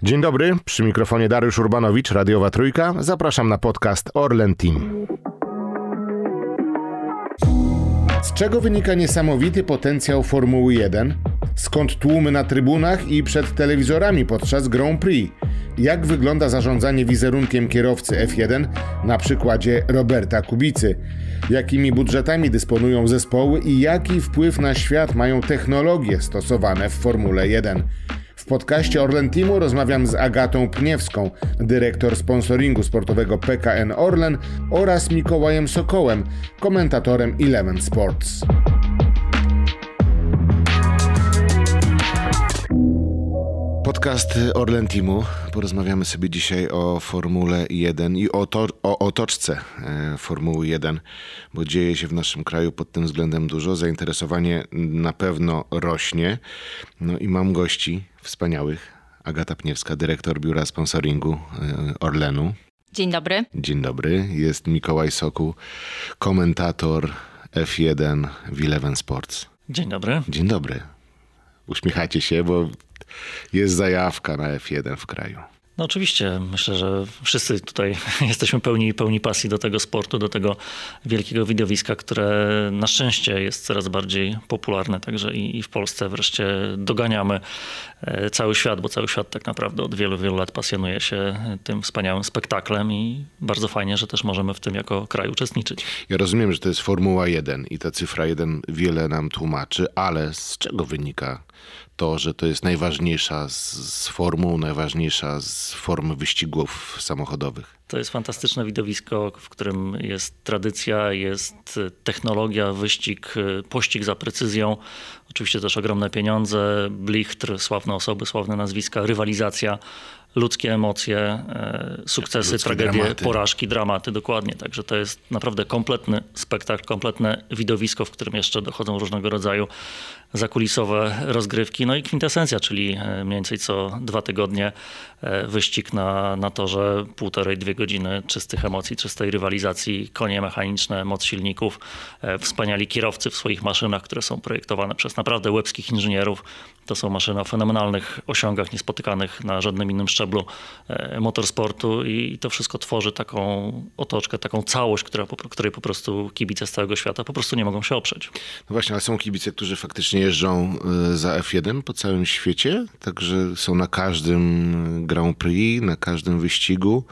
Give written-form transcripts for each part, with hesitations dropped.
Dzień dobry, przy mikrofonie Dariusz Urbanowicz, Radiowa Trójka. Zapraszam na podcast Orlen Team. Z czego wynika niesamowity potencjał Formuły 1? Skąd tłumy na trybunach i przed telewizorami podczas Grand Prix? Jak wygląda zarządzanie wizerunkiem kierowcy F1 na przykładzie Roberta Kubicy? Jakimi budżetami dysponują zespoły i jaki wpływ na świat mają technologie stosowane w Formule 1? W podcaście Orlen Teamu rozmawiam z Agatą Pniewską, dyrektor sponsoringu sportowego PKN Orlen, oraz Mikołajem Sokołem, komentatorem Eleven Sports. Podcast Orlen Teamu. Porozmawiamy sobie dzisiaj o Formule 1 i o otoczce Formuły 1, bo dzieje się w naszym kraju pod tym względem dużo. Zainteresowanie na pewno rośnie. No i mam gości wspaniałych. Agata Pniewska, dyrektor biura sponsoringu Orlenu. Dzień dobry. Dzień dobry. Jest Mikołaj Sokół, komentator F1 w Eleven Sports. Dzień dobry. Dzień dobry. Uśmiechacie się, bo jest zajawka na F1 w kraju. No oczywiście, myślę, że wszyscy tutaj jesteśmy pełni pasji do tego sportu, do tego wielkiego widowiska, które na szczęście jest coraz bardziej popularne, także i w Polsce wreszcie doganiamy cały świat, bo cały świat tak naprawdę od wielu lat pasjonuje się tym wspaniałym spektaklem i bardzo fajnie, że też możemy w tym jako kraj uczestniczyć. Ja rozumiem, że to jest Formuła 1 i ta cyfra 1 wiele nam tłumaczy, ale z czego wynika to, że to jest najważniejsza z formuł, najważniejsza z form wyścigów samochodowych? To jest fantastyczne widowisko, w którym jest tradycja, jest technologia, wyścig, pościg za precyzją. Oczywiście też ogromne pieniądze, blichtr, sławne osoby, sławne nazwiska, rywalizacja, ludzkie emocje, sukcesy, ludzkie tragedie, dramaty. Porażki, dramaty, dokładnie. Także to jest naprawdę kompletny spektakl, kompletne widowisko, w którym jeszcze dochodzą różnego rodzaju zakulisowe rozgrywki. No i kwintesencja, czyli mniej więcej co 2 tygodnie wyścig na torze, 1,5–2 godziny czystych emocji, czystej rywalizacji, konie mechaniczne, moc silników, wspaniali kierowcy w swoich maszynach, które są projektowane przez naprawdę łebskich inżynierów. To są maszyny o fenomenalnych osiągach, niespotykanych na żadnym innym szczeblu motorsportu i to wszystko tworzy taką otoczkę, taką całość, której po prostu kibice z całego świata po prostu nie mogą się oprzeć. No właśnie, ale są kibice, którzy faktycznie jeżdżą za F1 po całym świecie, także są na każdym Grand Prix, na każdym wyścigu.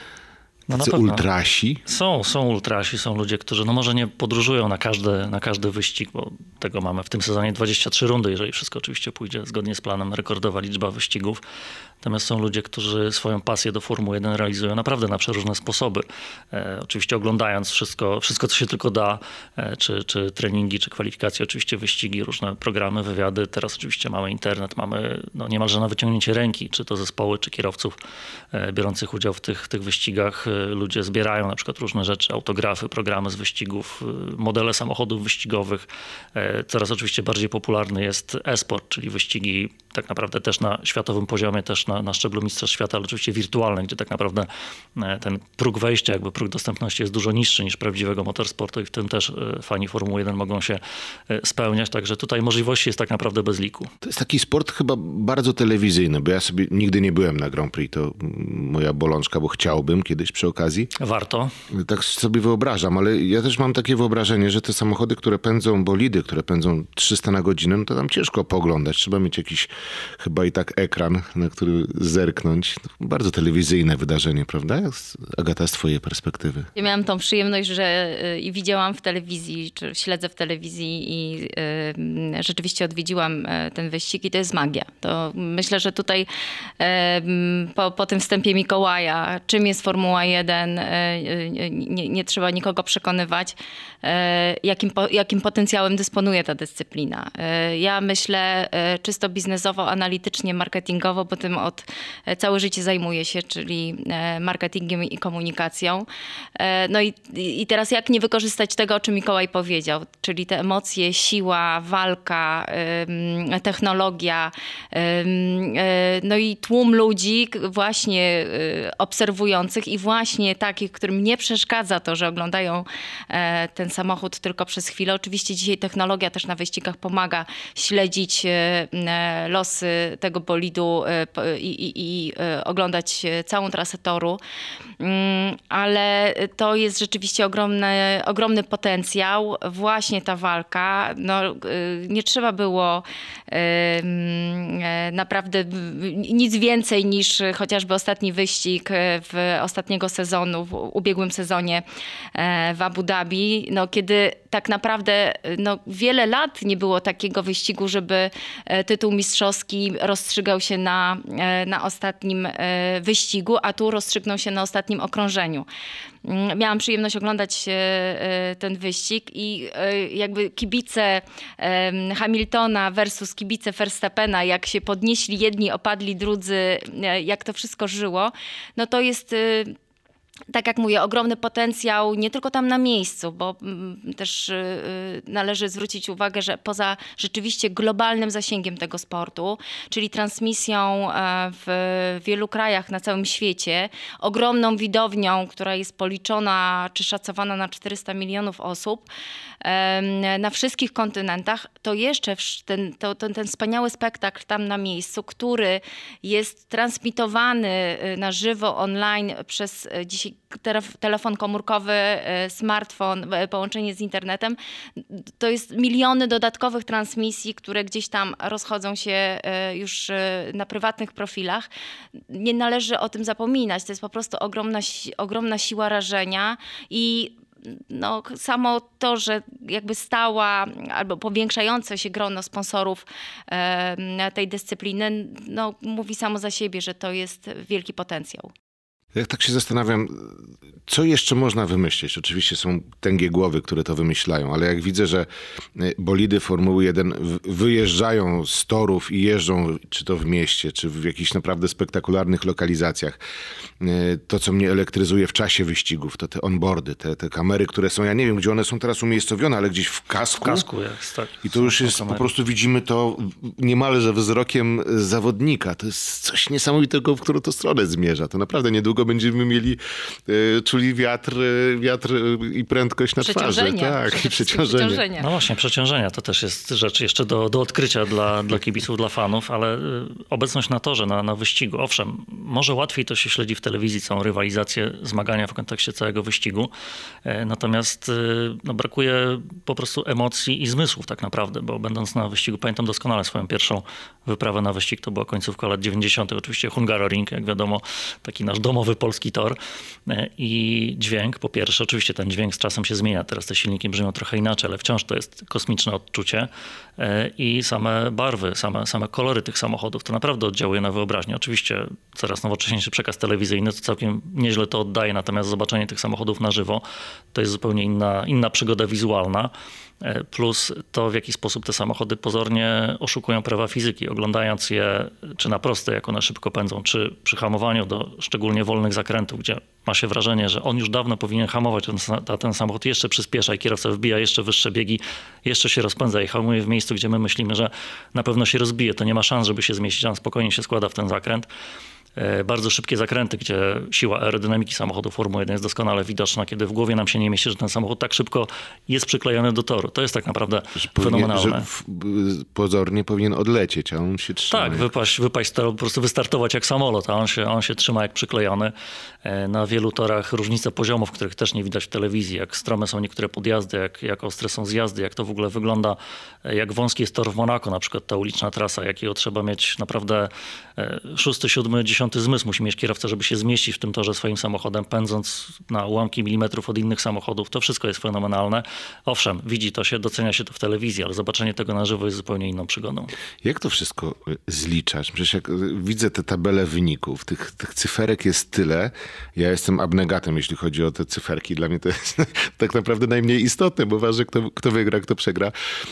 Tacy ultrasi? Są ultrasi, są ludzie, którzy może nie podróżują na każdy wyścig, bo tego mamy w tym sezonie 23 rundy, jeżeli wszystko oczywiście pójdzie zgodnie z planem, rekordowa liczba wyścigów. Natomiast są ludzie, którzy swoją pasję do Formuły 1 realizują naprawdę na przeróżne sposoby. Oczywiście oglądając wszystko, co się tylko da, czy treningi, czy kwalifikacje, oczywiście wyścigi, różne programy, wywiady. Teraz oczywiście mamy internet, mamy niemalże na wyciągnięcie ręki, czy to zespoły, czy kierowców biorących udział w tych wyścigach. Ludzie zbierają na przykład różne rzeczy, autografy, programy z wyścigów, modele samochodów wyścigowych. Coraz oczywiście bardziej popularny jest e-sport, czyli wyścigi tak naprawdę też na światowym poziomie, też na szczeblu mistrzostw świata, ale oczywiście wirtualne, gdzie tak naprawdę ten próg wejścia, próg dostępności jest dużo niższy niż prawdziwego motorsportu i w tym też fani Formuły 1 mogą się spełniać. Także tutaj możliwości jest tak naprawdę bez liku. To jest taki sport chyba bardzo telewizyjny, bo ja sobie nigdy nie byłem na Grand Prix, to moja bolączka, bo chciałbym kiedyś przy okazji. Warto. Tak sobie wyobrażam, ale ja też mam takie wyobrażenie, że te samochody, które pędzą, bolidy, które pędzą 300 na godzinę, to tam ciężko pooglądać. Trzeba mieć jakiś chyba i tak ekran, na który zerknąć. Bardzo telewizyjne wydarzenie, prawda? Agata, z twojej perspektywy. Ja miałam tą przyjemność, że i widziałam w telewizji, czy śledzę w telewizji i rzeczywiście odwiedziłam ten wyścig i to jest magia. To myślę, że tutaj po tym wstępie Mikołaja, czym jest Formuła 1, nie trzeba nikogo przekonywać, jakim potencjałem dysponuje ta dyscyplina. Ja myślę czysto biznesowo, analitycznie, marketingowo, bo tym całe życie zajmuję się, czyli marketingiem i komunikacją. No i teraz jak nie wykorzystać tego, o czym Mikołaj powiedział, czyli te emocje, siła, walka, technologia, no i tłum ludzi właśnie obserwujących i właśnie takich, którym nie przeszkadza to, że oglądają ten samochód tylko przez chwilę. Oczywiście dzisiaj technologia też na wyścigach pomaga śledzić losy tego bolidu i oglądać całą trasę toru. Ale to jest rzeczywiście ogromny potencjał. Właśnie ta walka. No, nie trzeba było naprawdę nic więcej niż chociażby ostatni wyścig ostatniego sezonu, w ubiegłym sezonie w Abu Dhabi, no, kiedy tak naprawdę wiele lat nie było takiego wyścigu, żeby tytuł mistrzowski rozstrzygał się na ostatnim wyścigu, a tu rozstrzygnął się na ostatnim okrążeniu. Miałam przyjemność oglądać ten wyścig i jakby kibice Hamiltona versus kibice Verstappena, jak się podnieśli jedni, opadli drudzy, jak to wszystko żyło, no to jest... Tak jak mówię, ogromny potencjał nie tylko tam na miejscu, bo też należy zwrócić uwagę, że poza rzeczywiście globalnym zasięgiem tego sportu, czyli transmisją w wielu krajach na całym świecie, ogromną widownią, która jest policzona czy szacowana na 400 milionów osób na wszystkich kontynentach, to jeszcze ten wspaniały spektakl tam na miejscu, który jest transmitowany na żywo online przez dzisiaj telefon komórkowy, smartfon, połączenie z internetem. To jest miliony dodatkowych transmisji, które gdzieś tam rozchodzą się już na prywatnych profilach. Nie należy o tym zapominać. To jest po prostu ogromna siła rażenia i no, samo to, że jakby stała albo powiększające się grono sponsorów tej dyscypliny, no, mówi samo za siebie, że to jest wielki potencjał. Jak tak się zastanawiam, co jeszcze można wymyślić? Oczywiście są tęgie głowy, które to wymyślają, ale jak widzę, że bolidy Formuły 1 wyjeżdżają z torów i jeżdżą, czy to w mieście, czy w jakichś naprawdę spektakularnych lokalizacjach, to, co mnie elektryzuje w czasie wyścigów, to te onboardy, te kamery, które są, ja nie wiem, gdzie one są teraz umiejscowione, ale gdzieś w kasku. W kasku jest, tak. I to już jest, po prostu widzimy to niemalże wzrokiem zawodnika. To jest coś niesamowitego, w którą to stronę zmierza. To naprawdę niedługo będziemy mieli, czuli wiatr i prędkość na twarzy. Tak, i przeciążenie. No właśnie, przeciążenia to też jest rzecz jeszcze do odkrycia dla kibiców, dla fanów, ale obecność na torze, na wyścigu, owszem, może łatwiej to się śledzi w telewizji, całą rywalizację, zmagania w kontekście całego wyścigu, natomiast no, brakuje po prostu emocji i zmysłów tak naprawdę, bo będąc na wyścigu, pamiętam doskonale swoją pierwszą wyprawę na wyścig, to była końcówka lat 90. Oczywiście Hungaroring, jak wiadomo, taki nasz domowy polski tor i dźwięk, po pierwsze, oczywiście ten dźwięk z czasem się zmienia, teraz te silniki brzmią trochę inaczej, ale wciąż to jest kosmiczne odczucie i same barwy, same kolory tych samochodów, to naprawdę oddziałuje na wyobraźnię. Oczywiście coraz nowocześniejszy przekaz telewizyjny to całkiem nieźle to oddaje, natomiast zobaczenie tych samochodów na żywo to jest zupełnie inna przygoda wizualna. Plus to, w jaki sposób te samochody pozornie oszukują prawa fizyki, oglądając je czy na proste, jak one szybko pędzą, czy przy hamowaniu do szczególnie wolnych zakrętów, gdzie ma się wrażenie, że on już dawno powinien hamować, a ten samochód jeszcze przyspiesza i kierowca wbija jeszcze wyższe biegi, jeszcze się rozpędza i hamuje w miejscu, gdzie my myślimy, że na pewno się rozbije. To nie ma szans, żeby się zmieścić, a on spokojnie się składa w ten zakręt. Bardzo szybkie zakręty, gdzie siła aerodynamiki samochodu Formuły 1 jest doskonale widoczna, kiedy w głowie nam się nie mieści, że ten samochód tak szybko jest przyklejony do toru. To jest tak naprawdę fenomenalne. Pozornie powinien odlecieć, a on się trzyma. Tak, wypaść z toru, po prostu wystartować jak samolot, a on się trzyma jak przyklejony. Na wielu torach różnice poziomów, których też nie widać w telewizji, jak strome są niektóre podjazdy, jak ostre są zjazdy, jak to w ogóle wygląda, jak wąski jest tor w Monako, na przykład ta uliczna trasa, jakiego trzeba mieć naprawdę 6., 7., 10. zmysł musi mieć kierowca, żeby się zmieścić w tym torze swoim samochodem, pędząc na ułamki milimetrów od innych samochodów. To wszystko jest fenomenalne. Owszem, widzi to się, docenia się to w telewizji, ale zobaczenie tego na żywo jest zupełnie inną przygodą. Jak to wszystko zliczać? Przecież jak widzę te tabele wyników, tych cyferek jest tyle. Ja jestem abnegatem, jeśli chodzi o te cyferki. Dla mnie to jest tak naprawdę najmniej istotne, bo ważne kto wygra, kto przegra.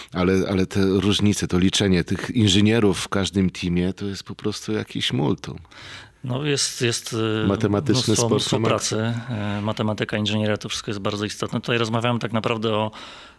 Ale te różnice, to liczenie tych inżynierów w każdym teamie, to jest po prostu jakiś multum. No jest matematyczny mnóstwo pracy. Matematyka, inżynieria, to wszystko jest bardzo istotne. Tutaj rozmawiamy tak naprawdę o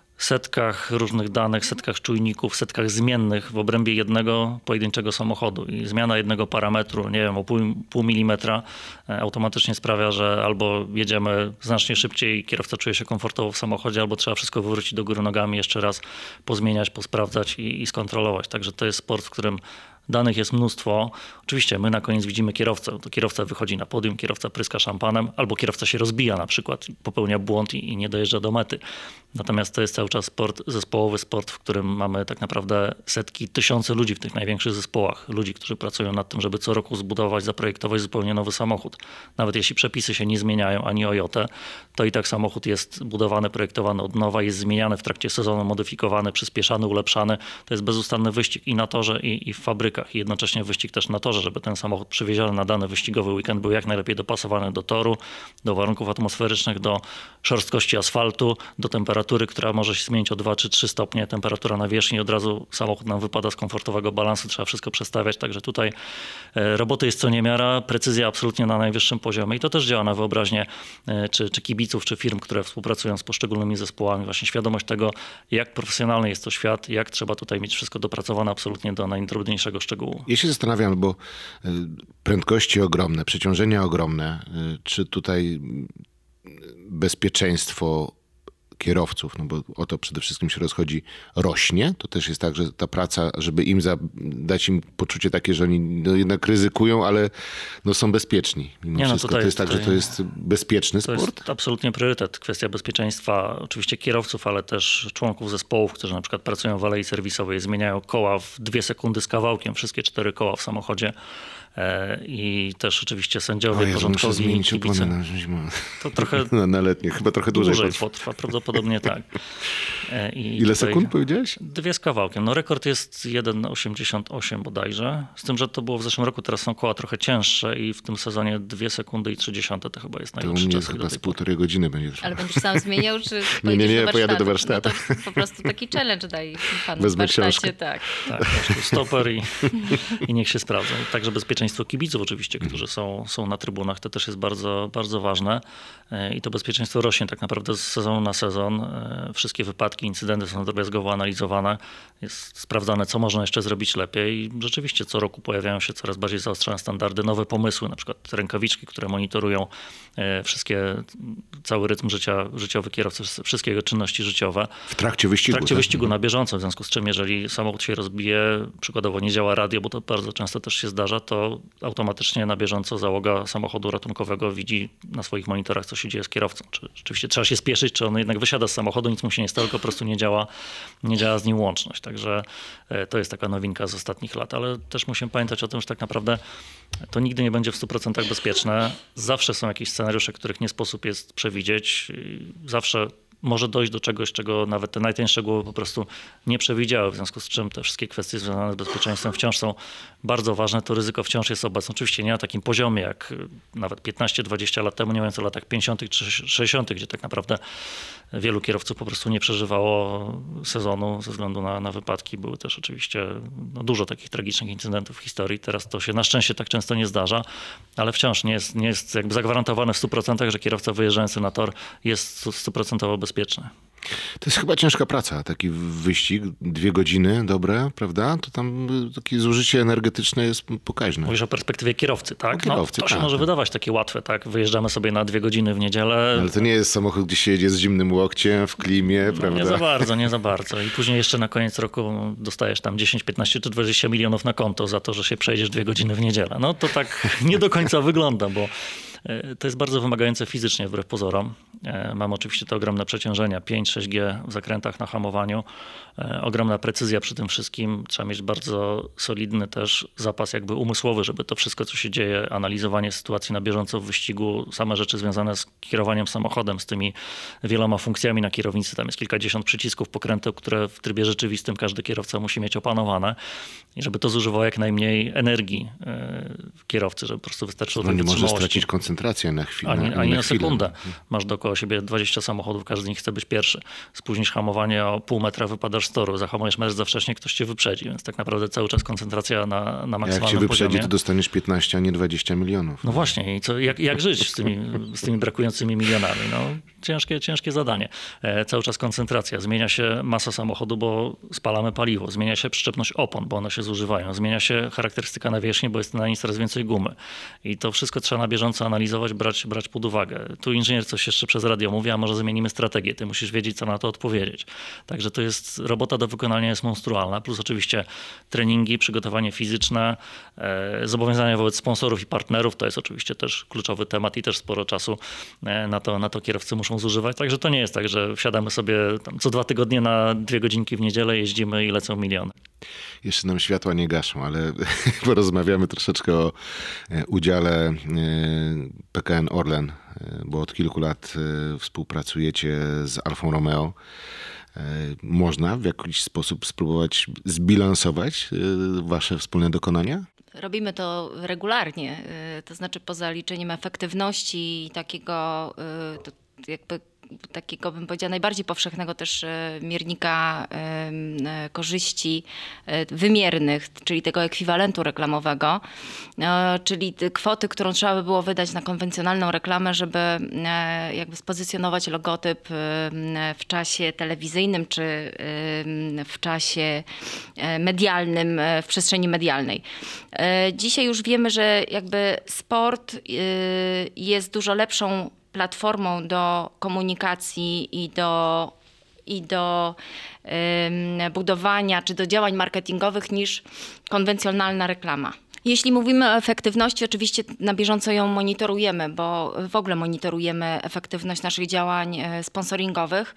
setkach różnych danych, setkach czujników, setkach zmiennych w obrębie jednego pojedynczego samochodu. I zmiana jednego parametru, nie wiem, o pół milimetra automatycznie sprawia, że albo jedziemy znacznie szybciej, kierowca czuje się komfortowo w samochodzie, albo trzeba wszystko wywrócić do góry nogami, jeszcze raz pozmieniać, posprawdzać i skontrolować. Także to jest sport, w którym danych jest mnóstwo. Oczywiście my na koniec widzimy kierowcę, to kierowca wychodzi na podium, kierowca pryska szampanem, albo kierowca się rozbija na przykład, popełnia błąd i nie dojeżdża do mety. Natomiast to jest cały czas sport, zespołowy sport, w którym mamy tak naprawdę setki, tysiące ludzi w tych największych zespołach. Ludzi, którzy pracują nad tym, żeby co roku zbudować, zaprojektować zupełnie nowy samochód. Nawet jeśli przepisy się nie zmieniają ani o jotę, to i tak samochód jest budowany, projektowany od nowa, jest zmieniany w trakcie sezonu, modyfikowany, przyspieszany, ulepszany. To jest bezustanny wyścig i na torze, i w fabrykach. I jednocześnie wyścig też na torze, żeby ten samochód przywieziony na dany wyścigowy weekend był jak najlepiej dopasowany do toru, do warunków atmosferycznych, do szorstkości asfaltu, do temperatury, która może się zmienić o 2 czy 3 stopnie. Temperatura nawierzchni, od razu samochód nam wypada z komfortowego balansu, trzeba wszystko przestawiać. Także tutaj roboty jest co niemiara, precyzja absolutnie na najwyższym poziomie i to też działa na wyobraźnię czy kibiców, czy firm, które współpracują z poszczególnymi zespołami. Właśnie świadomość tego, jak profesjonalny jest to świat, jak trzeba tutaj mieć wszystko dopracowane absolutnie do najdrobniejszego szczegółu. Ja się zastanawiam, bo prędkości ogromne, przeciążenia ogromne, czy tutaj bezpieczeństwo kierowców, no bo o to przede wszystkim się rozchodzi, rośnie. To też jest tak, że ta praca, żeby im dać im poczucie takie, że oni no jednak ryzykują, ale no są bezpieczni mimo wszystko. To jest tak, że to jest bezpieczny sport? To jest absolutnie priorytet. Kwestia bezpieczeństwa oczywiście kierowców, ale też członków zespołów, którzy na przykład pracują w alei serwisowej, zmieniają koła w 2 sekundy z kawałkiem, wszystkie 4 koła w samochodzie. I też oczywiście sędziowie, porządkowi, kibice. To trochę na letnie, chyba trochę dłużej potrwa. Prawdopodobnie tak. Ile sekund powiedziałeś? 2 z kawałkiem. No rekord jest 1,88 bodajże. Z tym, że to było w zeszłym roku, teraz są koła trochę cięższe i w tym sezonie 2 sekundy i 30 to chyba jest najlepszy czas. To u mnie chyba z 1,5 godziny będzie trwało. Ale będziesz sam zmieniał, czy Nie, pojadę do warsztatu. No to po prostu taki challenge daj panu wezmę w warsztacie. książkę. Tak, stoper i niech się sprawdza. Także bezpieczeństwo kibiców oczywiście, którzy są na trybunach, to też jest bardzo, bardzo ważne i to bezpieczeństwo rośnie tak naprawdę z sezonu na sezon. Wszystkie wypadki, incydenty są drobiazgowo analizowane, jest sprawdzane, co można jeszcze zrobić lepiej i rzeczywiście co roku pojawiają się coraz bardziej zaostrzone standardy, nowe pomysły, na przykład rękawiczki, które monitorują cały rytm życiowy kierowcy, wszystkie jego czynności życiowe. W trakcie wyścigu? W trakcie wyścigu na bieżąco, w związku z czym jeżeli samochód się rozbije, przykładowo nie działa radio, bo to bardzo często też się zdarza, to automatycznie na bieżąco załoga samochodu ratunkowego widzi na swoich monitorach, co się dzieje z kierowcą. Czy rzeczywiście trzeba się spieszyć, czy on jednak wysiada z samochodu, nic mu się nie stało, tylko po prostu nie działa z nim łączność. Także to jest taka nowinka z ostatnich lat, ale też musimy pamiętać o tym, że tak naprawdę to nigdy nie będzie w 100% bezpieczne. Zawsze są jakieś scenariusze, których nie sposób jest przewidzieć. Zawsze może dojść do czegoś, czego nawet te najtańsze głowy po prostu nie przewidziały, w związku z czym te wszystkie kwestie związane z bezpieczeństwem wciąż są bardzo ważne. To ryzyko wciąż jest obecne. Oczywiście nie na takim poziomie jak nawet 15-20 lat temu, nie mówiąc o latach 50. czy 60., gdzie tak naprawdę wielu kierowców po prostu nie przeżywało sezonu ze względu na wypadki. Były też oczywiście dużo takich tragicznych incydentów w historii. Teraz to się na szczęście tak często nie zdarza, ale wciąż nie jest jakby zagwarantowane w 100%, że kierowca wyjeżdżający na tor jest 100% bezpieczny. To jest chyba ciężka praca, taki wyścig, 2 godziny dobre, prawda? To tam takie zużycie energetyczne jest pokaźne. Mówisz o perspektywie kierowcy, tak? Kierowcy, to się może wydawać takie łatwe, tak? Wyjeżdżamy sobie na 2 godziny w niedzielę. Ale to nie jest samochód, gdzie się jedzie z zimnym łokciem, w klimie, prawda? Nie za bardzo. I później jeszcze na koniec roku dostajesz tam 10, 15 czy 20 milionów na konto za to, że się przejedziesz 2 godziny w niedzielę. No to tak nie do końca wygląda, bo to jest bardzo wymagające fizycznie wbrew pozorom. Mamy oczywiście te ogromne przeciążenia, 5-6G w zakrętach na hamowaniu, ogromna precyzja przy tym wszystkim. Trzeba mieć bardzo solidny też zapas jakby umysłowy, żeby to wszystko, co się dzieje, analizowanie sytuacji na bieżąco w wyścigu, same rzeczy związane z kierowaniem samochodem, z tymi wieloma funkcjami na kierownicy. Tam jest kilkadziesiąt przycisków, pokręteł, które w trybie rzeczywistym każdy kierowca musi mieć opanowane i żeby to zużywało jak najmniej energii kierowcy, żeby po prostu wystarczyło tej wytrzymałości. Nie może stracić koncentrację na chwilę. Ani na sekundę. Masz dookoła siebie 20 samochodów, każdy z nich chce być pierwszy. Spóźnisz hamowanie o pół metra, wypadasz z toru. Zahamujesz metr za wcześnie, ktoś cię wyprzedzi. Więc tak naprawdę cały czas koncentracja na maksymalnym poziomie. Jak cię wyprzedzi, to dostaniesz 15, a nie 20 milionów. No właśnie. I jak żyć z tymi brakującymi milionami? No, ciężkie zadanie. Cały czas koncentracja. Zmienia się masa samochodu, bo spalamy paliwo. Zmienia się przyczepność opon, bo one się zużywają. Zmienia się charakterystyka nawierzchni, bo jest na niej coraz więcej gumy. I to wszystko trzeba na bieżąco analizować analizować, brać pod uwagę. Tu inżynier coś jeszcze przez radio mówi, a może zmienimy strategię. Ty musisz wiedzieć, co na to odpowiedzieć. Także to jest, robota do wykonania jest monstrualna, plus oczywiście treningi, przygotowanie fizyczne, zobowiązania wobec sponsorów i partnerów, to jest oczywiście też kluczowy temat i też sporo czasu na to kierowcy muszą zużywać. Także to nie jest tak, że wsiadamy sobie tam co 2 tygodnie na 2 godzinki w niedzielę, jeździmy i lecą miliony. Jeszcze nam światła nie gaszą, ale porozmawiamy troszeczkę o udziale PKN Orlen, bo od kilku lat współpracujecie z Alfą Romeo. Można w jakiś sposób spróbować zbilansować wasze wspólne dokonania? Robimy to regularnie, to znaczy poza liczeniem efektywności i takiego, bym powiedziała, najbardziej powszechnego też miernika korzyści wymiernych, czyli tego ekwiwalentu reklamowego, czyli kwoty, którą trzeba by było wydać na konwencjonalną reklamę, żeby jakby spozycjonować logotyp w czasie telewizyjnym czy w czasie medialnym, w przestrzeni medialnej. Dzisiaj już wiemy, że jakby sport jest dużo lepszą platformą do komunikacji i do budowania czy do działań marketingowych niż konwencjonalna reklama. Jeśli mówimy o efektywności, oczywiście na bieżąco ją monitorujemy, bo w ogóle monitorujemy efektywność naszych działań sponsoringowych.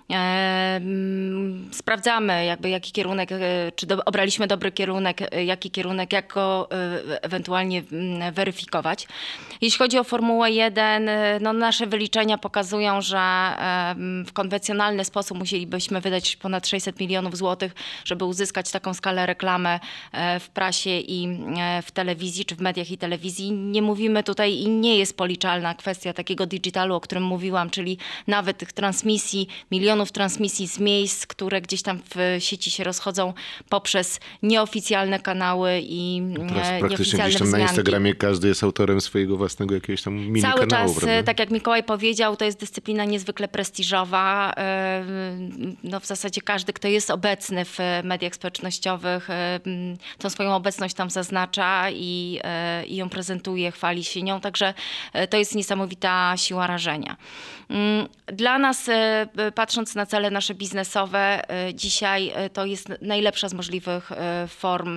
Sprawdzamy jakby jaki kierunek, czy obraliśmy dobry kierunek, jaki kierunek, jak go ewentualnie weryfikować. Jeśli chodzi o Formułę 1, no nasze wyliczenia pokazują, że w konwencjonalny sposób musielibyśmy wydać ponad 600 milionów złotych, żeby uzyskać taką skalę reklamy w prasie i w telewizji, czy w mediach i telewizji. Nie mówimy tutaj i nie jest policzalna kwestia takiego digitalu, o którym mówiłam, czyli nawet tych transmisji, milionów transmisji z miejsc, które gdzieś tam w sieci się rozchodzą poprzez nieoficjalne kanały i praktycznie gdzieś tam na Instagramie każdy jest autorem swojego własnego jakiegoś tam mini Cały kanału, czas, prawda? tak jak Mikołaj powiedział, to jest dyscyplina niezwykle prestiżowa. No w zasadzie każdy, kto jest obecny w mediach społecznościowych, tą swoją obecność tam zaznacza i ją prezentuje, chwali się nią. Także to jest niesamowita siła rażenia. Dla nas, patrząc na cele nasze biznesowe, dzisiaj to jest najlepsza z możliwych form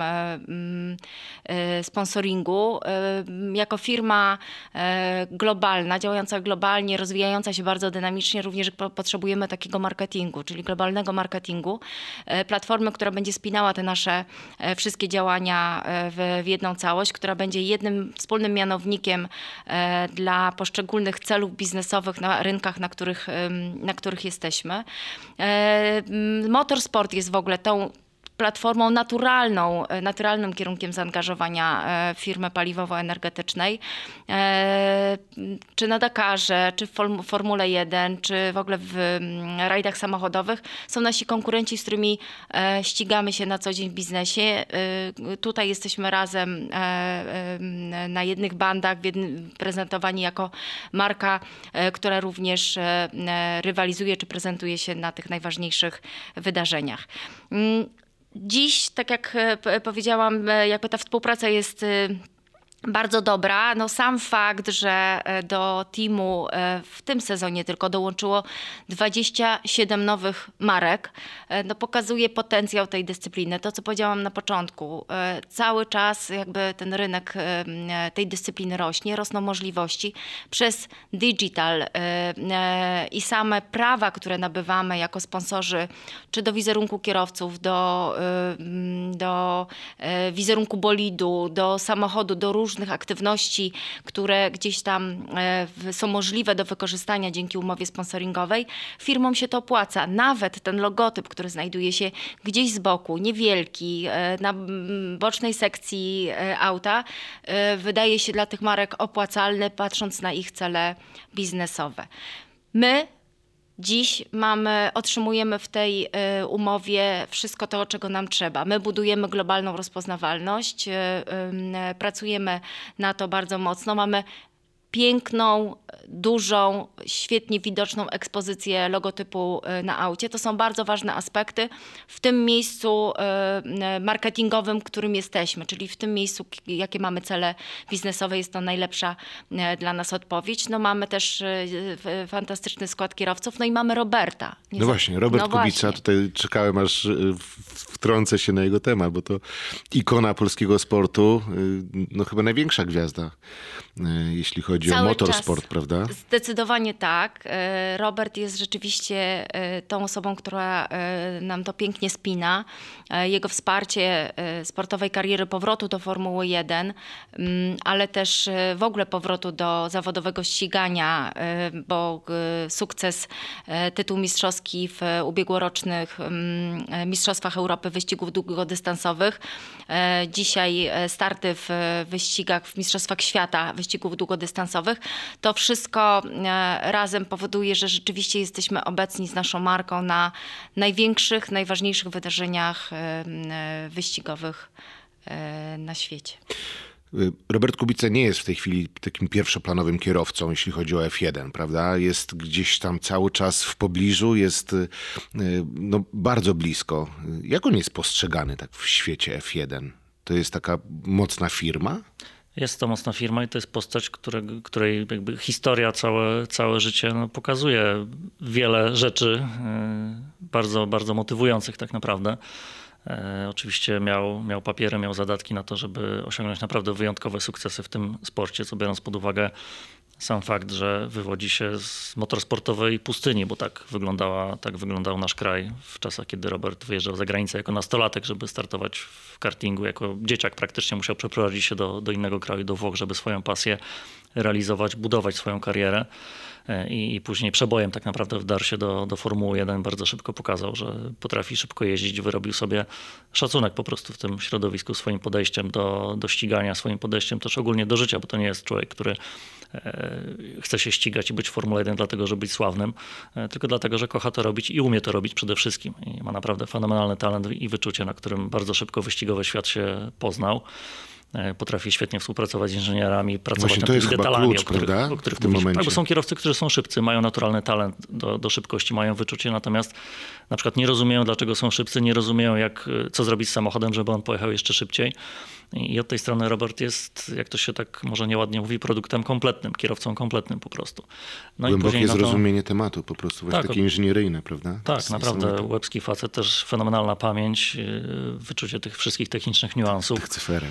sponsoringu. Jako firma globalna, działająca globalnie, rozwijająca się bardzo dynamicznie, również potrzebujemy takiego marketingu, czyli globalnego marketingu. Platformy, która będzie spinała te nasze wszystkie działania w jedną całość, która będzie jednym wspólnym mianownikiem dla poszczególnych celów biznesowych na rynkach, na których jesteśmy. Motorsport jest w ogóle tą platformą naturalnym kierunkiem zaangażowania firmy paliwowo-energetycznej. Czy na Dakarze, czy w Formule 1, czy w ogóle w rajdach samochodowych są nasi konkurenci, z którymi ścigamy się na co dzień w biznesie. Tutaj jesteśmy razem na jednych bandach, prezentowani jako marka, która również rywalizuje, czy prezentuje się na tych najważniejszych wydarzeniach. Dziś, tak jak powiedziałam, jakby ta współpraca jest bardzo dobra. No sam fakt, że do teamu w tym sezonie tylko dołączyło 27 nowych marek, no pokazuje potencjał tej dyscypliny. To, co powiedziałam na początku, cały czas jakby ten rynek tej dyscypliny rośnie, rosną możliwości przez digital i same prawa, które nabywamy jako sponsorzy, czy do wizerunku kierowców, do wizerunku bolidu, do samochodu, do różnych aktywności, które gdzieś tam są możliwe do wykorzystania dzięki umowie sponsoringowej, firmom się to opłaca. Nawet ten logotyp, który znajduje się gdzieś z boku, niewielki, na bocznej sekcji auta, wydaje się dla tych marek opłacalny, patrząc na ich cele biznesowe. My dziś otrzymujemy w tej umowie wszystko to, czego nam trzeba. My budujemy globalną rozpoznawalność, pracujemy na to bardzo mocno. Mamy piękną, dużą, świetnie widoczną ekspozycję logotypu na aucie. To są bardzo ważne aspekty w tym miejscu marketingowym, w którym jesteśmy, czyli w tym miejscu, jakie mamy cele biznesowe, jest to najlepsza dla nas odpowiedź. No mamy też fantastyczny skład kierowców, no i mamy Roberta. No właśnie, Robert Kubica, tutaj czekałem aż wtrącę się na jego temat, bo to ikona polskiego sportu, no chyba największa gwiazda, jeśli chodzi o motorsport, prawda? Zdecydowanie tak. Robert jest rzeczywiście tą osobą, która nam to pięknie spina. Jego wsparcie sportowej kariery, powrotu do Formuły 1, ale też w ogóle powrotu do zawodowego ścigania, bo sukces, tytuł mistrzowski w ubiegłorocznych Mistrzostwach Europy wyścigów długodystansowych. Dzisiaj starty w wyścigach, w Mistrzostwach Świata wyścigów długodystansowych. To wszystko razem powoduje, że rzeczywiście jesteśmy obecni z naszą marką na największych, najważniejszych wydarzeniach wyścigowych na świecie. Robert Kubica nie jest w tej chwili takim pierwszoplanowym kierowcą, jeśli chodzi o F1, prawda? Jest gdzieś tam cały czas w pobliżu, jest no, bardzo blisko. Jak on jest postrzegany tak w świecie F1? To jest taka mocna firma? Jest to mocna firma i to jest postać, której jakby historia, całe życie pokazuje wiele rzeczy bardzo, bardzo motywujących tak naprawdę. Oczywiście miał papiery, miał zadatki na to, żeby osiągnąć naprawdę wyjątkowe sukcesy w tym sporcie, co biorąc pod uwagę sam fakt, że wywodzi się z motorsportowej pustyni, bo tak wyglądał nasz kraj w czasach, kiedy Robert wyjeżdżał za granicę jako nastolatek, żeby startować w kartingu. Jako dzieciak praktycznie musiał przeprowadzić się do innego kraju, do Włoch, żeby swoją pasję realizować, budować swoją karierę. I później przebojem tak naprawdę wdarł się do Formuły 1. Bardzo szybko pokazał, że potrafi szybko jeździć. Wyrobił sobie szacunek po prostu w tym środowisku swoim podejściem do ścigania, swoim podejściem też ogólnie do życia, bo to nie jest człowiek, który chce się ścigać i być w Formule 1 dlatego, żeby być sławnym, tylko dlatego, że kocha to robić i umie to robić przede wszystkim. I ma naprawdę fenomenalny talent i wyczucie, na którym bardzo szybko wyścigowy świat się poznał. Potrafi świetnie współpracować z inżynierami, pracować nad tymi detalami, klucz, o których w tym momencie. Tak, bo są kierowcy, którzy są szybcy, mają naturalny talent do szybkości, mają wyczucie, natomiast na przykład nie rozumieją, dlaczego są szybcy, nie rozumieją, co zrobić z samochodem, żeby on pojechał jeszcze szybciej. I od tej strony Robert jest, jak to się tak może nieładnie mówi, produktem kompletnym, kierowcą kompletnym po prostu. No głębokie zrozumienie tematu po prostu, właśnie takie inżynieryjne, prawda? Tak, naprawdę łebski facet, też fenomenalna pamięć, wyczucie tych wszystkich technicznych niuansów.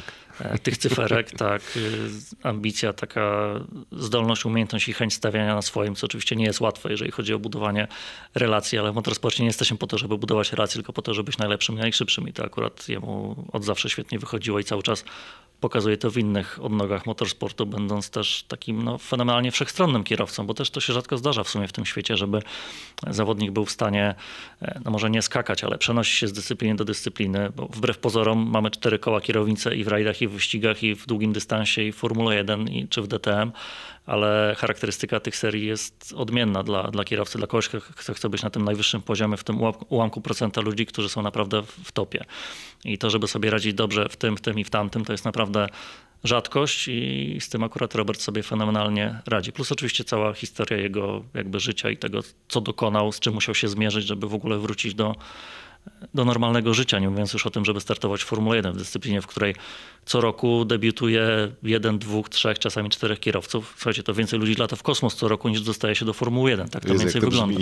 Tych cyferek, tak. Ambicja, taka zdolność, umiejętność i chęć stawiania na swoim, co oczywiście nie jest łatwe, jeżeli chodzi o budowanie relacji, ale w motorsporcie nie jesteśmy po to, żeby budować relacje, tylko po to, żeby być najlepszym i najszybszym. I to akurat jemu od zawsze świetnie wychodziło i cały czas pokazuje to w innych odnogach motorsportu, będąc też takim fenomenalnie wszechstronnym kierowcą, bo też to się rzadko zdarza w sumie w tym świecie, żeby zawodnik był w stanie, może nie skakać, ale przenosić się z dyscypliny do dyscypliny, bo wbrew pozorom mamy 4 koła kierownice i w rajdach, i w wyścigach, i w długim dystansie, i w Formule 1, czy w DTM, ale charakterystyka tych serii jest odmienna dla kierowcy, dla kogoś, kto chce być na tym najwyższym poziomie, w tym ułamku procenta ludzi, którzy są naprawdę w topie. I to, żeby sobie radzić dobrze w tym i w tamtym, to jest naprawdę rzadkość i z tym akurat Robert sobie fenomenalnie radzi. Plus oczywiście cała historia jego jakby życia i tego, co dokonał, z czym musiał się zmierzyć, żeby w ogóle wrócić do normalnego życia, nie mówiąc już o tym, żeby startować w Formule 1, w dyscyplinie, w której co roku debiutuje 1, 2, 3, czasami 4 kierowców. Słuchajcie, to więcej ludzi lata w kosmos co roku, niż dostaje się do Formuły 1. Tak to mniej więcej wygląda.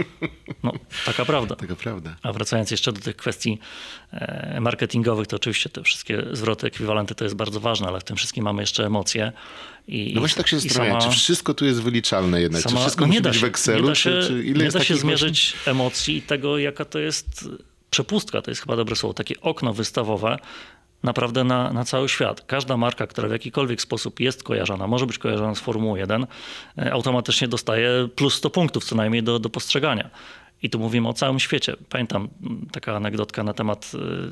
No, taka prawda. Taka prawda. A wracając jeszcze do tych kwestii marketingowych, to oczywiście te wszystkie zwroty, ekwiwalenty to jest bardzo ważne, ale w tym wszystkim mamy jeszcze emocje. No właśnie tak się zastanawiam, czy wszystko tu jest wyliczalne jednak? Czy wszystko musi być w Excelu? Nie da się zmierzyć emocji i tego, jaka to jest przepustka, to jest chyba dobre słowo, takie okno wystawowe naprawdę na cały świat. Każda marka, która w jakikolwiek sposób jest kojarzona, może być kojarzona z Formułą 1, automatycznie dostaje plus 100 punktów co najmniej do postrzegania. I tu mówimy o całym świecie. Pamiętam taka anegdotka na temat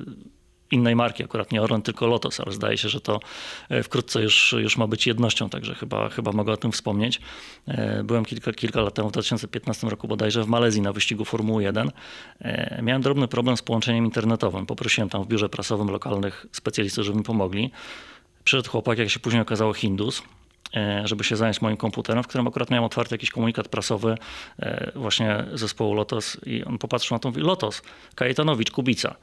innej marki, akurat nie Orlen, tylko Lotos, ale zdaje się, że to wkrótce już ma być jednością, także chyba mogę o tym wspomnieć. Byłem kilka lat temu, w 2015 roku bodajże, w Malezji na wyścigu Formuły 1. Miałem drobny problem z połączeniem internetowym. Poprosiłem tam w biurze prasowym lokalnych specjalistów, żeby mi pomogli. Przyszedł chłopak, jak się później okazało, Hindus. żeby się zająć moim komputerem, w którym akurat miałem otwarty jakiś komunikat prasowy właśnie zespołu Lotos i on popatrzył na to i mówi: Lotos, Kajetanowicz, Kubica.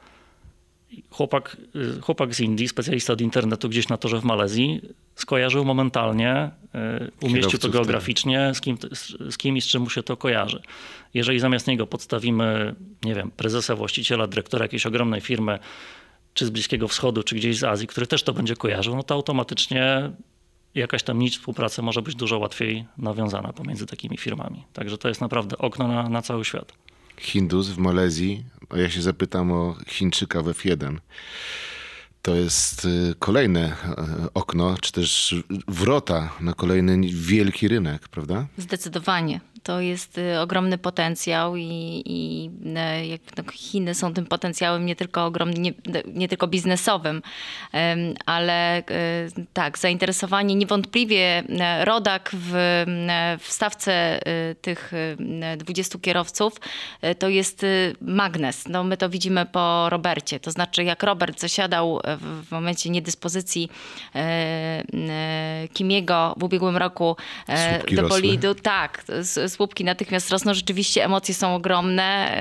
Chłopak z Indii, specjalista od internetu gdzieś na torze w Malezji, skojarzył momentalnie, umieścił to geograficznie, z kim i z czym mu się to kojarzy. Jeżeli zamiast niego podstawimy, nie wiem, prezesa, właściciela, dyrektora jakiejś ogromnej firmy, czy z Bliskiego Wschodu, czy gdzieś z Azji, który też to będzie kojarzył, no to automatycznie jakaś tam nić współpracy może być dużo łatwiej nawiązana pomiędzy takimi firmami. Także to jest naprawdę okno na cały świat. Hindus w Malezji, ja się zapytam o Chińczyka w F1. To jest kolejne okno, czy też wrota na kolejny wielki rynek, prawda? Zdecydowanie. To jest ogromny potencjał i Chiny są tym potencjałem nie tylko ogromnym, nie tylko biznesowym, ale tak, zainteresowanie niewątpliwie Rodak w stawce tych 20 kierowców to jest magnes. No, my to widzimy po Robercie. To znaczy, jak Robert zasiadał w momencie niedyspozycji Kimiego w ubiegłym roku do bolidu, tak, słupki natychmiast rosną. Rzeczywiście emocje są ogromne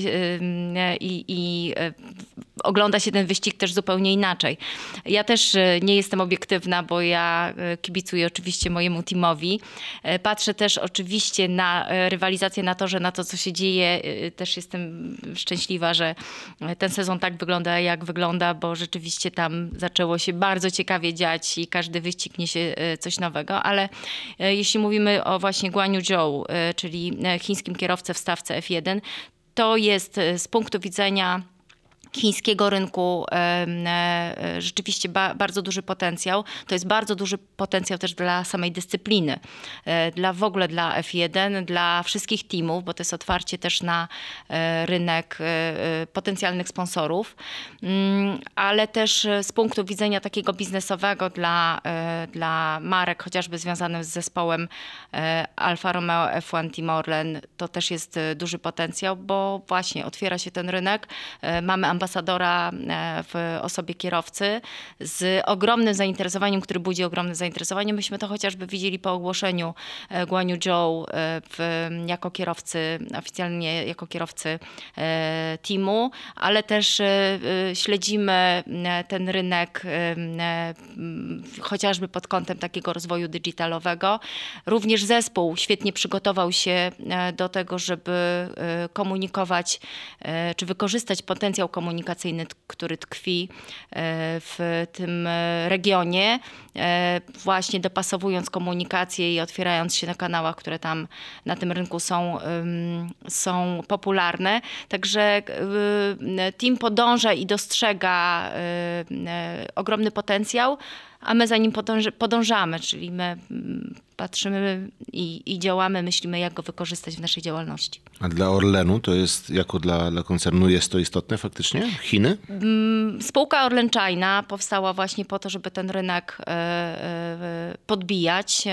i ogląda się ten wyścig też zupełnie inaczej. Ja też nie jestem obiektywna, bo ja kibicuję oczywiście mojemu teamowi. Patrzę też oczywiście na rywalizację na torze, na to, co się dzieje. Też jestem szczęśliwa, że ten sezon tak wygląda, jak wygląda, bo rzeczywiście tam zaczęło się bardzo ciekawie dziać i każdy wyścig niesie coś nowego. Ale jeśli mówimy o właśnie Guanyu Zhou, czyli chińskim kierowcę w stawce F1, to jest z punktu widzenia chińskiego rynku rzeczywiście bardzo duży potencjał. To jest bardzo duży potencjał też dla samej dyscypliny. W ogóle dla F1, dla wszystkich teamów, bo to jest otwarcie też na rynek potencjalnych sponsorów, ale też z punktu widzenia takiego biznesowego dla marek, chociażby związanych z zespołem Alfa Romeo F1 Team Orlen, to też jest duży potencjał, bo właśnie otwiera się ten rynek. Mamy ambasadora w osobie kierowcy z ogromnym zainteresowaniem, który budzi ogromne zainteresowanie. Myśmy to chociażby widzieli po ogłoszeniu Guanyu Zhou jako kierowcy, oficjalnie jako kierowcy teamu, ale też śledzimy ten rynek chociażby pod kątem takiego rozwoju digitalowego. Również zespół świetnie przygotował się do tego, żeby komunikować, czy wykorzystać potencjał komunikacyjny, który tkwi w tym regionie, właśnie dopasowując komunikację i otwierając się na kanałach, które tam na tym rynku są popularne. Także team podąża i dostrzega ogromny potencjał, a my za nim podążamy, czyli my patrzymy i działamy, myślimy, jak go wykorzystać w naszej działalności. A dla Orlenu to jest, jako dla koncernu, jest to istotne faktycznie? Chiny? Spółka Orlen China powstała właśnie po to, żeby ten rynek podbijać.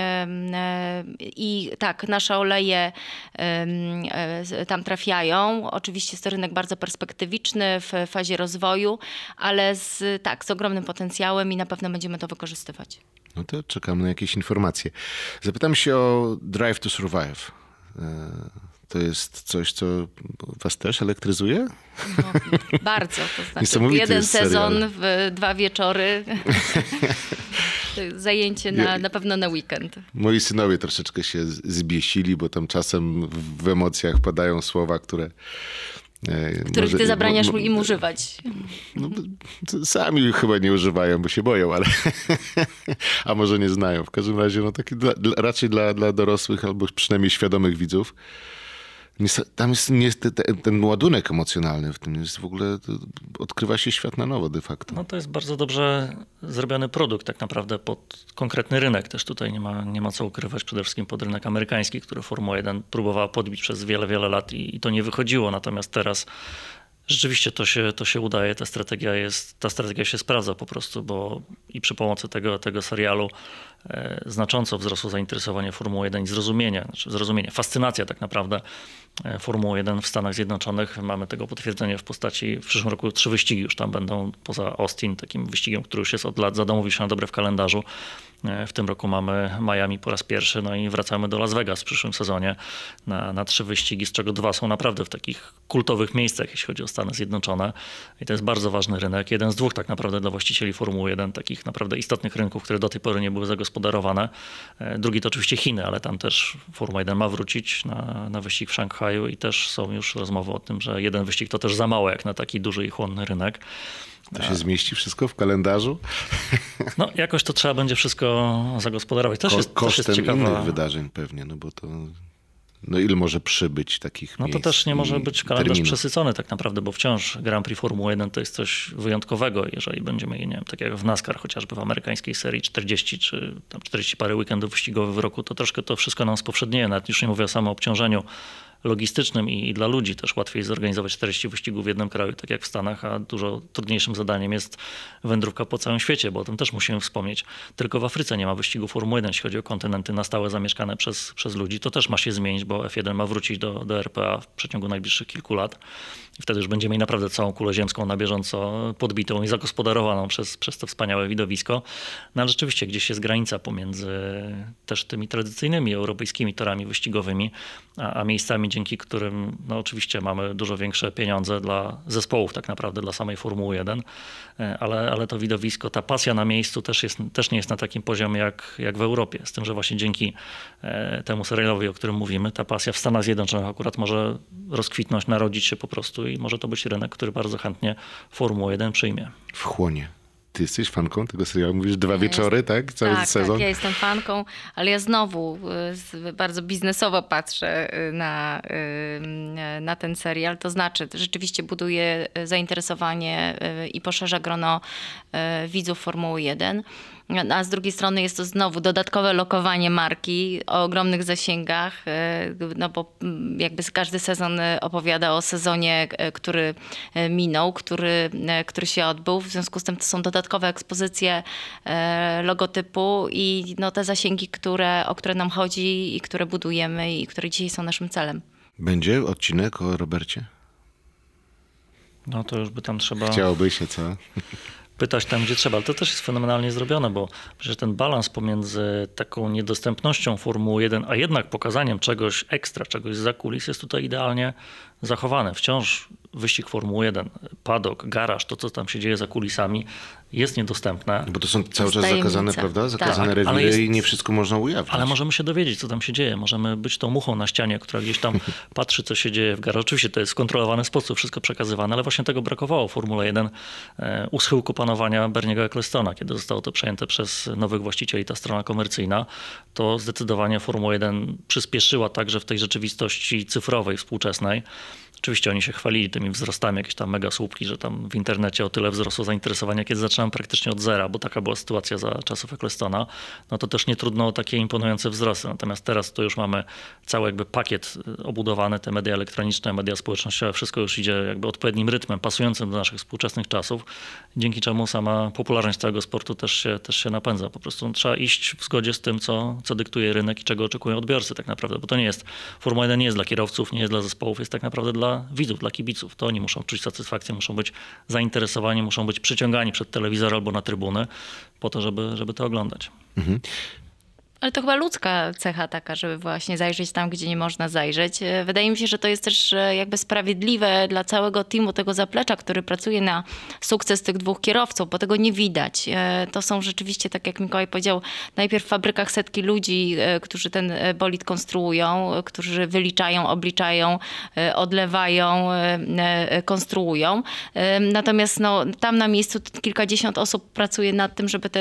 I tak, nasze oleje tam trafiają. Oczywiście jest to rynek bardzo perspektywiczny w fazie rozwoju, ale z ogromnym potencjałem i na pewno będziemy to wykorzystywać. No to czekamy na jakieś informacje. Zapytam się o Drive to Survive. To jest coś, co was też elektryzuje? No, bardzo. To znaczy jeden sezon w 2 wieczory. Zajęcie na pewno na weekend. Moi synowie troszeczkę się zbiesili, bo tam czasem w emocjach padają słowa, których ty zabraniasz im używać. No, sami chyba nie używają, bo się boją, ale a może nie znają. W każdym razie taki raczej dla dorosłych albo przynajmniej świadomych widzów. Tam jest ten ładunek emocjonalny w tym jest w ogóle, odkrywa się świat na nowo de facto. No to jest bardzo dobrze zrobiony produkt tak naprawdę pod konkretny rynek. Też tutaj nie ma co ukrywać, przede wszystkim pod rynek amerykański, który Formuła 1 próbowała podbić przez wiele, wiele lat i to nie wychodziło. Natomiast teraz rzeczywiście to się udaje, ta strategia się sprawdza po prostu, bo i przy pomocy tego serialu znacząco wzrosło zainteresowanie Formułą 1 i zrozumienie, fascynacja tak naprawdę Formułą 1 w Stanach Zjednoczonych. Mamy tego potwierdzenie w postaci w przyszłym roku 3 wyścigi już tam będą poza Austin, takim wyścigiem, który już jest od lat, zadomowił się na dobre w kalendarzu. W tym roku mamy Miami po raz pierwszy, no i wracamy do Las Vegas w przyszłym sezonie na 3 wyścigi, z czego 2 są naprawdę w takich kultowych miejscach, jeśli chodzi o Stany Zjednoczone. I to jest bardzo ważny rynek. Jeden z 2 tak naprawdę dla właścicieli Formuły 1, takich naprawdę istotnych rynków, które do tej pory nie były zagospodarowane. Drugi to oczywiście Chiny, ale tam też Formuła 1 ma wrócić na wyścig w Szanghaju i też są już rozmowy o tym, że jeden wyścig to też za mało jak na taki duży i chłonny rynek. To się zmieści wszystko w kalendarzu? No jakoś to trzeba będzie wszystko zagospodarować. Kosztem innych wydarzeń pewnie, no bo to... No ile może przybyć takich No to miejsc też nie może być kalendarz terminów przesycony tak naprawdę, bo wciąż Grand Prix Formuły 1 to jest coś wyjątkowego, jeżeli będziemy, nie wiem, tak jak w NASCAR chociażby w amerykańskiej serii 40 czy tam 40 parę weekendów wyścigowych w roku, to troszkę to wszystko nam spowszednieje, nawet już nie mówię o samym obciążeniu logistycznym i dla ludzi też łatwiej zorganizować 40 wyścigów w jednym kraju, tak jak w Stanach, a dużo trudniejszym zadaniem jest wędrówka po całym świecie, bo o tym też musimy wspomnieć. Tylko w Afryce nie ma wyścigu Formuły 1, jeśli chodzi o kontynenty na stałe zamieszkane przez ludzi. To też ma się zmienić, bo F1 ma wrócić do RPA w przeciągu najbliższych kilku lat. I wtedy już będziemy mieli naprawdę całą kulę ziemską na bieżąco podbitą i zagospodarowaną przez to wspaniałe widowisko. No ale rzeczywiście gdzieś jest granica pomiędzy też tymi tradycyjnymi europejskimi torami wyścigowymi, a miejscami, dzięki którym no oczywiście mamy dużo większe pieniądze dla zespołów tak naprawdę, dla samej Formuły 1, ale to widowisko, ta pasja na miejscu też nie jest na takim poziomie jak w Europie. Z tym, że właśnie dzięki temu serialowi, o którym mówimy, ta pasja w Stanach Zjednoczonych akurat może rozkwitnąć, narodzić się po prostu i może to być rynek, który bardzo chętnie Formułę 1 przyjmie. Wchłonie. Ty jesteś fanką tego serialu? Mówisz 2 wieczory, tak? Cały sezon? Tak, ja jestem fanką, ale ja znowu bardzo biznesowo patrzę na ten serial. To znaczy, rzeczywiście buduje zainteresowanie i poszerza grono widzów Formuły 1. A z drugiej strony jest to znowu dodatkowe lokowanie marki o ogromnych zasięgach, no bo jakby każdy sezon opowiada o sezonie, który minął, który się odbył. W związku z tym to są dodatkowe ekspozycje logotypu i no te zasięgi, o które nam chodzi i które budujemy i które dzisiaj są naszym celem. Będzie odcinek o Robercie? No to już by tam trzeba... Chciałoby się, co? Pytać tam, gdzie trzeba, ale to też jest fenomenalnie zrobione, bo przecież ten balans pomiędzy taką niedostępnością Formuły 1, a jednak pokazaniem czegoś ekstra, czegoś zza kulis jest tutaj idealnie zachowane. Wciąż wyścig Formuły 1, paddock, garaż, to co tam się dzieje za kulisami jest niedostępne. Bo to są cały czas zakazane, prawda? Zakazane rewiry i nie wszystko można ujawnić. Ale możemy się dowiedzieć, co tam się dzieje. Możemy być tą muchą na ścianie, która gdzieś tam patrzy, co się dzieje w garażu. Oczywiście to jest w kontrolowany sposób wszystko przekazywane, ale właśnie tego brakowało w Formule 1 u schyłku panowania Berniego Ecclestona. Kiedy zostało to przejęte przez nowych właścicieli, ta strona komercyjna, to zdecydowanie Formuła 1 przyspieszyła także w tej rzeczywistości cyfrowej, współczesnej. Oczywiście oni się chwalili tymi wzrostami, jakieś tam mega słupki, że tam w internecie o tyle wzrosło zainteresowanie, kiedy zaczynałem praktycznie od zera, bo taka była sytuacja za czasów Ecclestona. No to też nie trudno o takie imponujące wzrosty. Natomiast teraz to już mamy cały jakby pakiet obudowany, te media elektroniczne, media społecznościowe, wszystko już idzie jakby odpowiednim rytmem, pasującym do naszych współczesnych czasów, dzięki czemu sama popularność całego sportu też się napędza. Po prostu trzeba iść w zgodzie z tym, co dyktuje rynek i czego oczekują odbiorcy tak naprawdę, bo to nie jest, Formuła 1 nie jest dla kierowców, nie jest dla zespołów, jest tak naprawdę dla widzów, dla kibiców. To oni muszą czuć satysfakcję, muszą być zainteresowani, muszą być przyciągani przed telewizor albo na trybuny po to, żeby to oglądać. Mhm. Ale to chyba ludzka cecha taka, żeby właśnie zajrzeć tam, gdzie nie można zajrzeć. Wydaje mi się, że to jest też jakby sprawiedliwe dla całego teamu, tego zaplecza, który pracuje na sukces tych 2 kierowców, bo tego nie widać. To są rzeczywiście, tak jak Mikołaj powiedział, najpierw w fabrykach setki ludzi, którzy ten bolid konstruują, którzy wyliczają, obliczają, odlewają, konstruują. Natomiast no, tam na miejscu kilkadziesiąt osób pracuje nad tym, żeby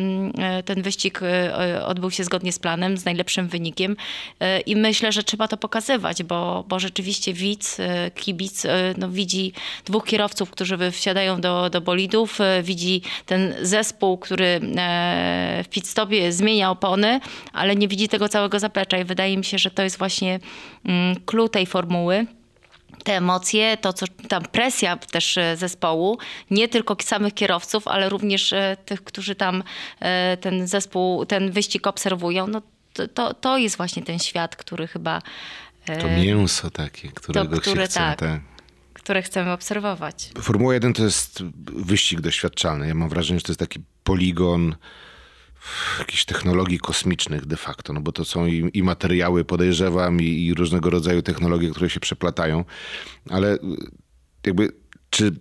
ten wyścig odbył się zgodnie z planem, z najlepszym wynikiem i myślę, że trzeba to pokazywać, bo rzeczywiście widz, kibic no, widzi 2 kierowców, którzy wsiadają do bolidów, widzi ten zespół, który w pit stopie zmienia opony, ale nie widzi tego całego zaplecza i wydaje mi się, że to jest właśnie clue tej formuły. te emocje, to co tam presja też zespołu, nie tylko samych kierowców, ale również tych, którzy tam ten zespół, ten wyścig obserwują, no to jest właśnie ten świat, który chyba... To mięso takie, którego się chce. Które chcemy obserwować. Formuła 1 to jest wyścig doświadczalny. Ja mam wrażenie, że to jest taki poligon jakichś technologii kosmicznych de facto, no bo to są i materiały, podejrzewam, i różnego rodzaju technologie, które się przeplatają. Ale jakby czy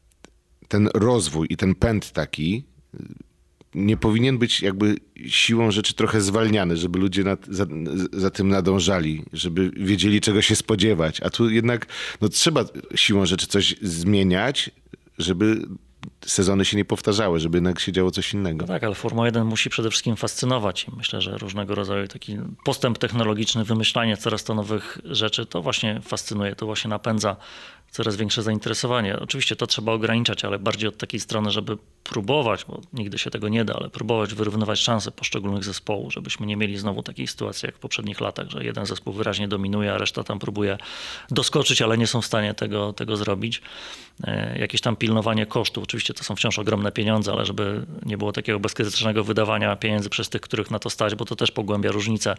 ten rozwój i ten pęd taki nie powinien być jakby siłą rzeczy trochę zwalniany, żeby ludzie za tym nadążali, żeby wiedzieli, czego się spodziewać. A tu jednak trzeba siłą rzeczy coś zmieniać, żeby sezony się nie powtarzały, żeby jednak się działo coś innego. No tak, ale Formuła 1 musi przede wszystkim fascynować. Myślę, że różnego rodzaju taki postęp technologiczny, wymyślanie coraz to nowych rzeczy, to właśnie fascynuje, to właśnie napędza coraz większe zainteresowanie. Oczywiście to trzeba ograniczać, ale bardziej od takiej strony, żeby próbować, bo nigdy się tego nie da, ale próbować wyrównywać szanse poszczególnych zespołów, żebyśmy nie mieli znowu takiej sytuacji jak w poprzednich latach, że jeden zespół wyraźnie dominuje, a reszta tam próbuje doskoczyć, ale nie są w stanie tego zrobić. Jakieś tam pilnowanie kosztów. Oczywiście to są wciąż ogromne pieniądze, ale żeby nie było takiego bezkrytycznego wydawania pieniędzy przez tych, których na to stać, bo to też pogłębia różnice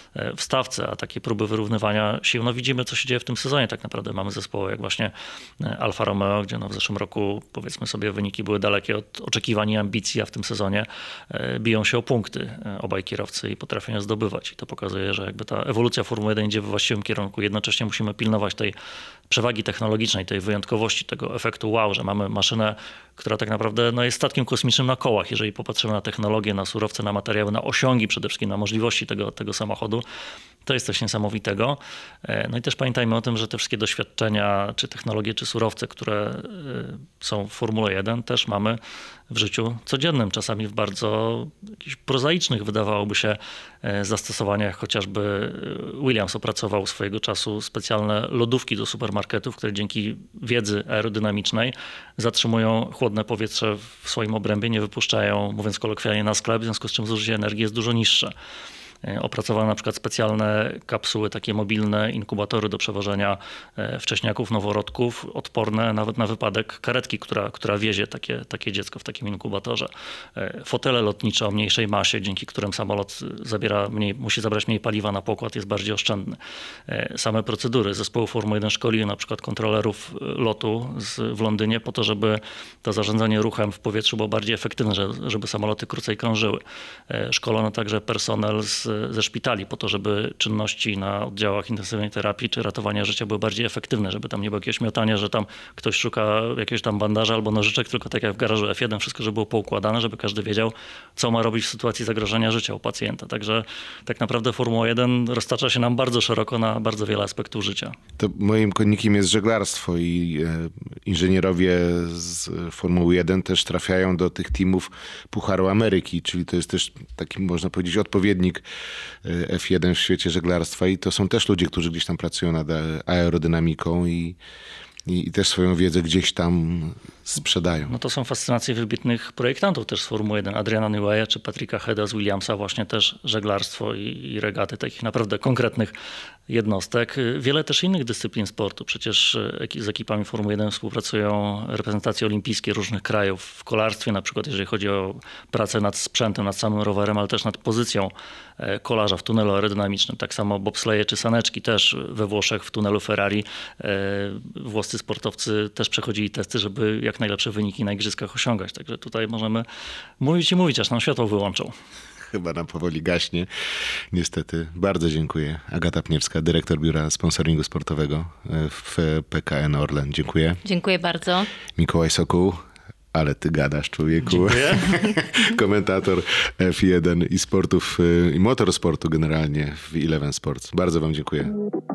w stawce, a takie próby wyrównywania sił, no widzimy, co się dzieje w tym sezonie tak naprawdę. Mamy zespoły jak właśnie Alfa Romeo, gdzie w zeszłym roku, powiedzmy sobie, wyniki były dalekie od oczekiwań i ambicji, a w tym sezonie biją się o punkty obaj kierowcy i potrafią je zdobywać. I to pokazuje, że jakby ta ewolucja Formuły 1 idzie we właściwym kierunku. Jednocześnie musimy pilnować tej przewagi technologicznej, tej wyjątkowości, tego efektu wow, że mamy maszynę, która tak naprawdę jest statkiem kosmicznym na kołach. Jeżeli popatrzymy na technologię, na surowce, na materiały, na osiągi przede wszystkim, na możliwości tego samochodu, to jest coś niesamowitego. No i też pamiętajmy o tym, że te wszystkie doświadczenia, czy technologie, czy surowce, które są w Formule 1, też mamy w życiu codziennym, czasami w bardzo jakichś prozaicznych, wydawałoby się, zastosowaniach. Chociażby Williams opracował swojego czasu specjalne lodówki do supermarketów, które dzięki wiedzy aerodynamicznej zatrzymują chłodne powietrze w swoim obrębie, nie wypuszczają, mówiąc kolokwialnie, na sklep, w związku z czym zużycie energii jest dużo niższe. Opracowano na przykład specjalne kapsuły, takie mobilne inkubatory do przewożenia wcześniaków, noworodków, odporne nawet na wypadek karetki, która wiezie takie dziecko w takim inkubatorze. Fotele lotnicze o mniejszej masie, dzięki którym samolot musi zabrać mniej paliwa na pokład, jest bardziej oszczędny. Same procedury. Zespoły Formuły 1 szkoliły na przykład kontrolerów lotu w Londynie po to, żeby to zarządzanie ruchem w powietrzu było bardziej efektywne, żeby samoloty krócej krążyły. Szkolono także personel ze szpitali po to, żeby czynności na oddziałach intensywnej terapii czy ratowania życia były bardziej efektywne, żeby tam nie było jakiegoś miotania, że tam ktoś szuka jakiegoś tam bandaża albo nożyczek, tylko tak jak w garażu F1, wszystko, żeby było poukładane, żeby każdy wiedział, co ma robić w sytuacji zagrożenia życia u pacjenta. Także tak naprawdę Formuła 1 roztacza się nam bardzo szeroko na bardzo wiele aspektów życia. To moim konnikiem jest żeglarstwo i inżynierowie z Formuły 1 też trafiają do tych teamów Pucharu Ameryki, czyli to jest też taki, można powiedzieć, odpowiednik F1 w świecie żeglarstwa i to są też ludzie, którzy gdzieś tam pracują nad aerodynamiką i też swoją wiedzę gdzieś tam sprzedają. No to są fascynacje wybitnych projektantów też z Formuły 1. Adriana Neweya czy Patricka Heada z Williamsa, właśnie też żeglarstwo i regaty takich naprawdę konkretnych jednostek. Wiele też innych dyscyplin sportu. Przecież z ekipami Formuły 1 współpracują reprezentacje olimpijskie różnych krajów. W kolarstwie na przykład, jeżeli chodzi o pracę nad sprzętem, nad samym rowerem, ale też nad pozycją kolarza w tunelu aerodynamicznym. Tak samo bobsleje czy saneczki też we Włoszech w tunelu Ferrari. Włoscy sportowcy też przechodzili testy, żeby jak najlepsze wyniki na igrzyskach osiągać. Także tutaj możemy mówić i mówić, aż nam światło wyłączą. Chyba nam powoli gaśnie. Niestety. Bardzo dziękuję. Agata Pniewska, dyrektor Biura Sponsoringu Sportowego w PKN Orlen. Dziękuję. Dziękuję bardzo. Mikołaj Sokół. Ale ty gadasz, człowieku. Dziękuję. Komentator F1 i sportów, i motorsportu generalnie w Eleven Sports. Bardzo wam dziękuję.